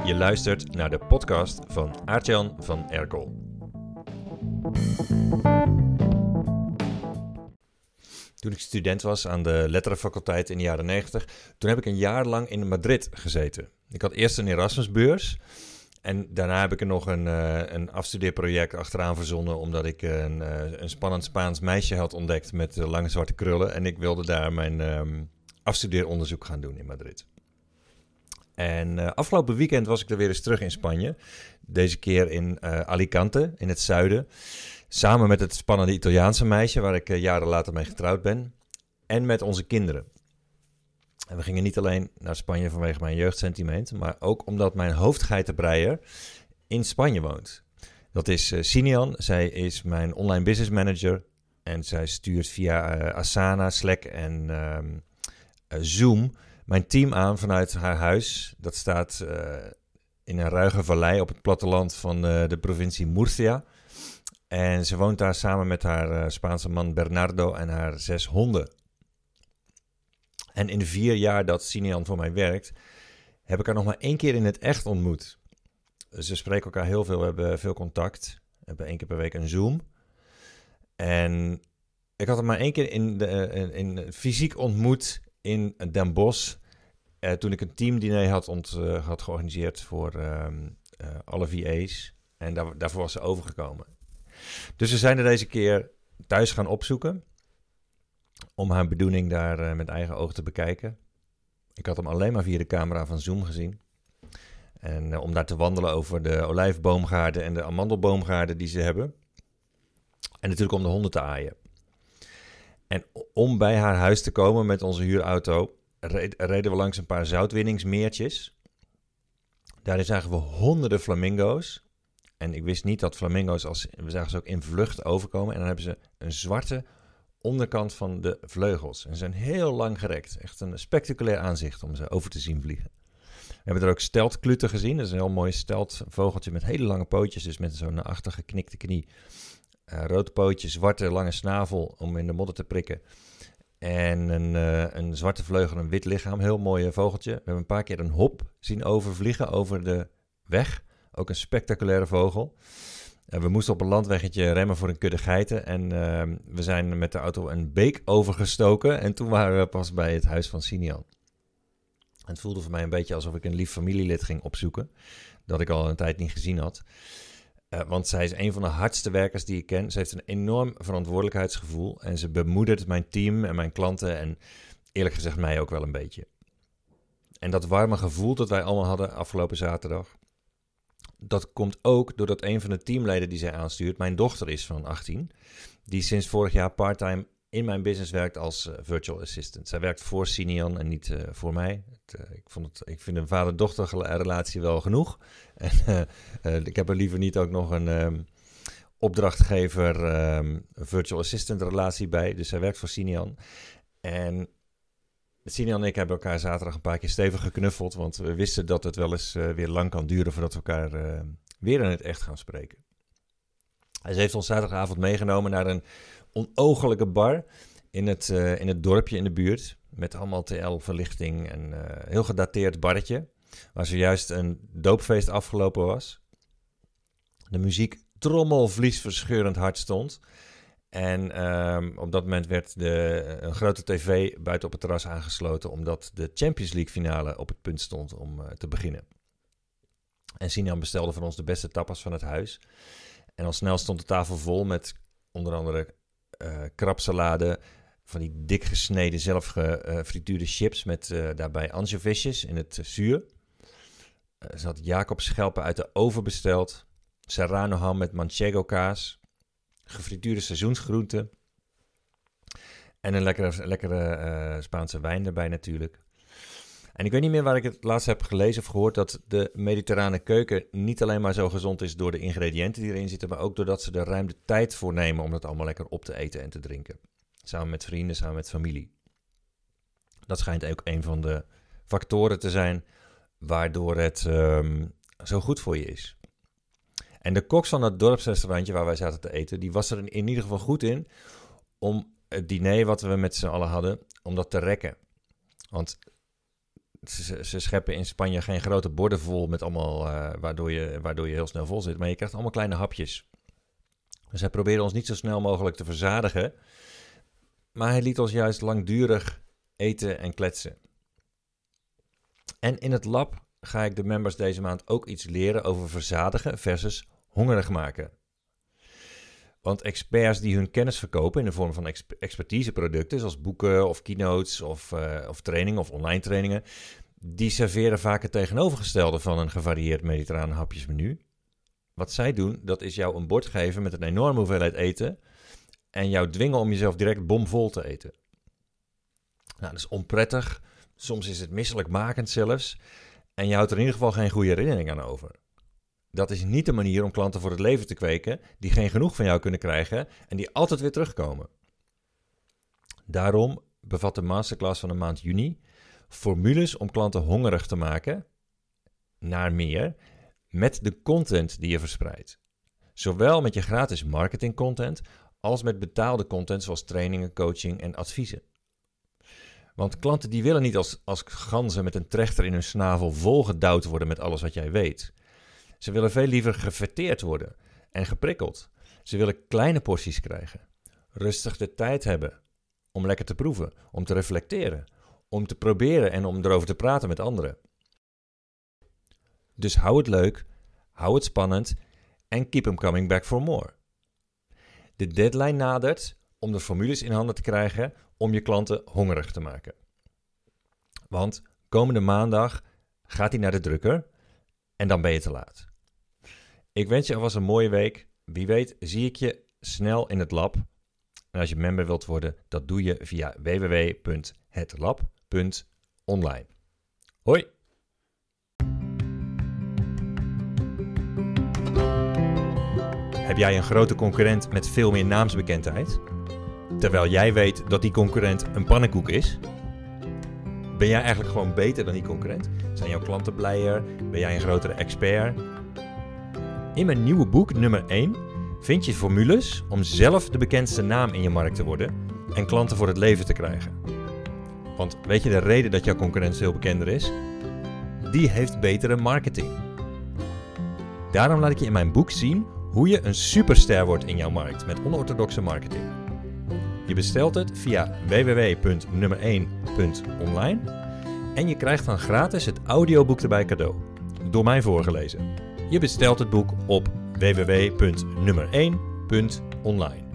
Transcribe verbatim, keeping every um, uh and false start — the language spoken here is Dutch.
Je luistert naar de podcast van Aart-Jan van Erkel. Toen ik student was aan de letterenfaculteit in de jaren negentig, toen heb ik een jaar lang in Madrid gezeten. Ik had eerst een Erasmusbeurs en daarna heb ik er nog een, uh, een afstudeerproject achteraan verzonnen, omdat ik een, uh, een spannend Spaans meisje had ontdekt met uh, lange zwarte krullen. En ik wilde daar mijn um, afstudeeronderzoek gaan doen in Madrid. En uh, afgelopen weekend was ik er weer eens terug in Spanje. Deze keer in uh, Alicante, in het zuiden. Samen met het spannende Italiaanse meisje, waar ik uh, jaren later mee getrouwd ben. En met onze kinderen. En we gingen niet alleen naar Spanje vanwege mijn jeugdsentiment, maar ook omdat mijn hoofdgeitenbreier in Spanje woont. Dat is uh, Sinian. Zij is mijn online business manager. En zij stuurt via uh, Asana, Slack en uh, uh, Zoom mijn team aan vanuit haar huis. Dat staat uh, in een ruige vallei op het platteland van uh, de provincie Murcia. En ze woont daar samen met haar uh, Spaanse man Bernardo en haar zes honden. En in de vier jaar dat Sinian voor mij werkt, heb ik haar nog maar één keer in het echt ontmoet. Ze spreken elkaar heel veel, we hebben veel contact. We hebben één keer per week een Zoom. En ik had haar maar één keer in, de, in, in fysiek ontmoet in Den Bosch. Uh, toen ik een teamdiner had, ont, uh, had georganiseerd voor uh, uh, alle V A's. En daar, daarvoor was ze overgekomen. Dus we zijn er deze keer thuis gaan opzoeken. Om haar bedoeling daar uh, met eigen ogen te bekijken. Ik had hem alleen maar via de camera van Zoom gezien. En uh, om daar te wandelen over de olijfboomgaarden en de amandelboomgaarden die ze hebben. En natuurlijk om de honden te aaien. En om bij haar huis te komen met onze huurauto, reden we langs een paar zoutwinningsmeertjes. Daarin zagen we honderden flamingo's. En ik wist niet dat flamingo's, als, we zagen ze ook in vlucht overkomen. En dan hebben ze een zwarte onderkant van de vleugels. En ze zijn heel lang gerekt. Echt een spectaculair aanzicht om ze over te zien vliegen. We hebben er ook steltkluten gezien. Dat is een heel mooi steltvogeltje met hele lange pootjes. Dus met zo'n naar achter geknikte knie. Uh, rood pootje, zwarte lange snavel om in de modder te prikken. En een, uh, een zwarte vleugel, een wit lichaam. Heel mooi vogeltje. We hebben een paar keer een hop zien overvliegen over de weg. Ook een spectaculaire vogel. Uh, we moesten op een landweggetje remmen voor een kudde geiten. En uh, we zijn met de auto een beek overgestoken. En toen waren we pas bij het huis van Sinian. Het voelde voor mij een beetje alsof ik een lief familielid ging opzoeken. Dat ik al een tijd niet gezien had. Uh, want zij is een van de hardste werkers die ik ken. Ze heeft een enorm verantwoordelijkheidsgevoel. En ze bemoedigt mijn team en mijn klanten. En eerlijk gezegd mij ook wel een beetje. En dat warme gevoel dat wij allemaal hadden afgelopen zaterdag. Dat komt ook doordat een van de teamleden die zij aanstuurt, mijn dochter is van achttien. Die sinds vorig jaar parttime in mijn business werkt als uh, virtual assistant. Zij werkt voor Sinian en niet uh, voor mij. Het, uh, ik, vond het, ik vind een vader-dochter relatie wel genoeg. En uh, uh, ik heb er liever niet ook nog een um, opdrachtgever um, virtual assistant relatie bij. Dus zij werkt voor Sinian. En Sinian en ik hebben elkaar zaterdag een paar keer stevig geknuffeld. Want we wisten dat het wel eens uh, weer lang kan duren voordat we elkaar uh, weer in het echt gaan spreken. Hij heeft ons zaterdagavond meegenomen naar een onogelijke bar in het, uh, in het dorpje in de buurt. Met allemaal T L-verlichting en uh, heel gedateerd barretje. Waar zojuist een doopfeest afgelopen was. De muziek trommelvliesverscheurend hard stond. En um, op dat moment werd de, een grote tv buiten op het terras aangesloten. Omdat de Champions League finale op het punt stond om uh, te beginnen. En Sinian bestelde van ons de beste tapas van het huis. En al snel stond de tafel vol met onder andere uh, krabsalade, van die dik gesneden, zelf gefrituurde chips met uh, daarbij ansjovisjes in het uh, zuur. Uh, ze had Jacobsschelpen uit de oven besteld, serrano ham met manchego kaas, gefrituurde seizoensgroenten en een lekkere, lekkere uh, Spaanse wijn erbij natuurlijk. En ik weet niet meer waar ik het laatst heb gelezen of gehoord dat de mediterrane keuken niet alleen maar zo gezond is door de ingrediënten die erin zitten, maar ook doordat ze er ruim de tijd voor nemen om dat allemaal lekker op te eten en te drinken. Samen met vrienden, samen met familie. Dat schijnt ook een van de factoren te zijn waardoor het um, zo goed voor je is. En de koks van dat dorpsrestaurantje waar wij zaten te eten, die was er in, in ieder geval goed in om het diner wat we met z'n allen hadden, om dat te rekken. Want ze, ze scheppen in Spanje geen grote borden vol met allemaal, uh, waardoor, je, waardoor je heel snel vol zit. Maar je krijgt allemaal kleine hapjes. Dus hij probeerde ons niet zo snel mogelijk te verzadigen. Maar hij liet ons juist langdurig eten en kletsen. En in het lab ga ik de members deze maand ook iets leren over verzadigen versus hongerig maken. Want experts die hun kennis verkopen in de vorm van exp- expertiseproducten, zoals boeken of keynotes of, uh, of trainingen of online trainingen, die serveren vaak het tegenovergestelde van een gevarieerd mediterraan hapjesmenu. Wat zij doen, dat is jou een bord geven met een enorme hoeveelheid eten en jou dwingen om jezelf direct bomvol te eten. Nou, dat is onprettig, soms is het misselijkmakend zelfs en je houdt er in ieder geval geen goede herinnering aan over. Dat is niet de manier om klanten voor het leven te kweken die geen genoeg van jou kunnen krijgen en die altijd weer terugkomen. Daarom bevat de masterclass van de maand juni formules om klanten hongerig te maken naar meer met de content die je verspreidt. Zowel met je gratis marketingcontent als met betaalde content zoals trainingen, coaching en adviezen. Want klanten die willen niet als, als ganzen met een trechter in hun snavel volgedouwd worden met alles wat jij weet. Ze willen veel liever geverteerd worden en geprikkeld. Ze willen kleine porties krijgen. Rustig de tijd hebben om lekker te proeven, om te reflecteren, om te proberen en om erover te praten met anderen. Dus hou het leuk, hou het spannend en keep them coming back for more. De deadline nadert om de formules in handen te krijgen om je klanten hongerig te maken. Want komende maandag gaat hij naar de drukker en dan ben je te laat. Ik wens je alvast een mooie week. Wie weet zie ik je snel in het lab. En als je member wilt worden, dat doe je via w w w punt het lab punt online. Hoi! Heb jij een grote concurrent met veel meer naamsbekendheid? Terwijl jij weet dat die concurrent een pannenkoek is? Ben jij eigenlijk gewoon beter dan die concurrent? Zijn jouw klanten blijer? Ben jij een grotere expert? In mijn nieuwe boek, nummer één, vind je formules om zelf de bekendste naam in je markt te worden en klanten voor het leven te krijgen. Want weet je de reden dat jouw concurrent veel bekender is? Die heeft betere marketing. Daarom laat ik je in mijn boek zien hoe je een superster wordt in jouw markt met onorthodoxe marketing. Je bestelt het via w w w punt nummer één punt online en je krijgt dan gratis het audioboek erbij cadeau, door mij voorgelezen. Je bestelt het boek op w w w punt nummer één punt online.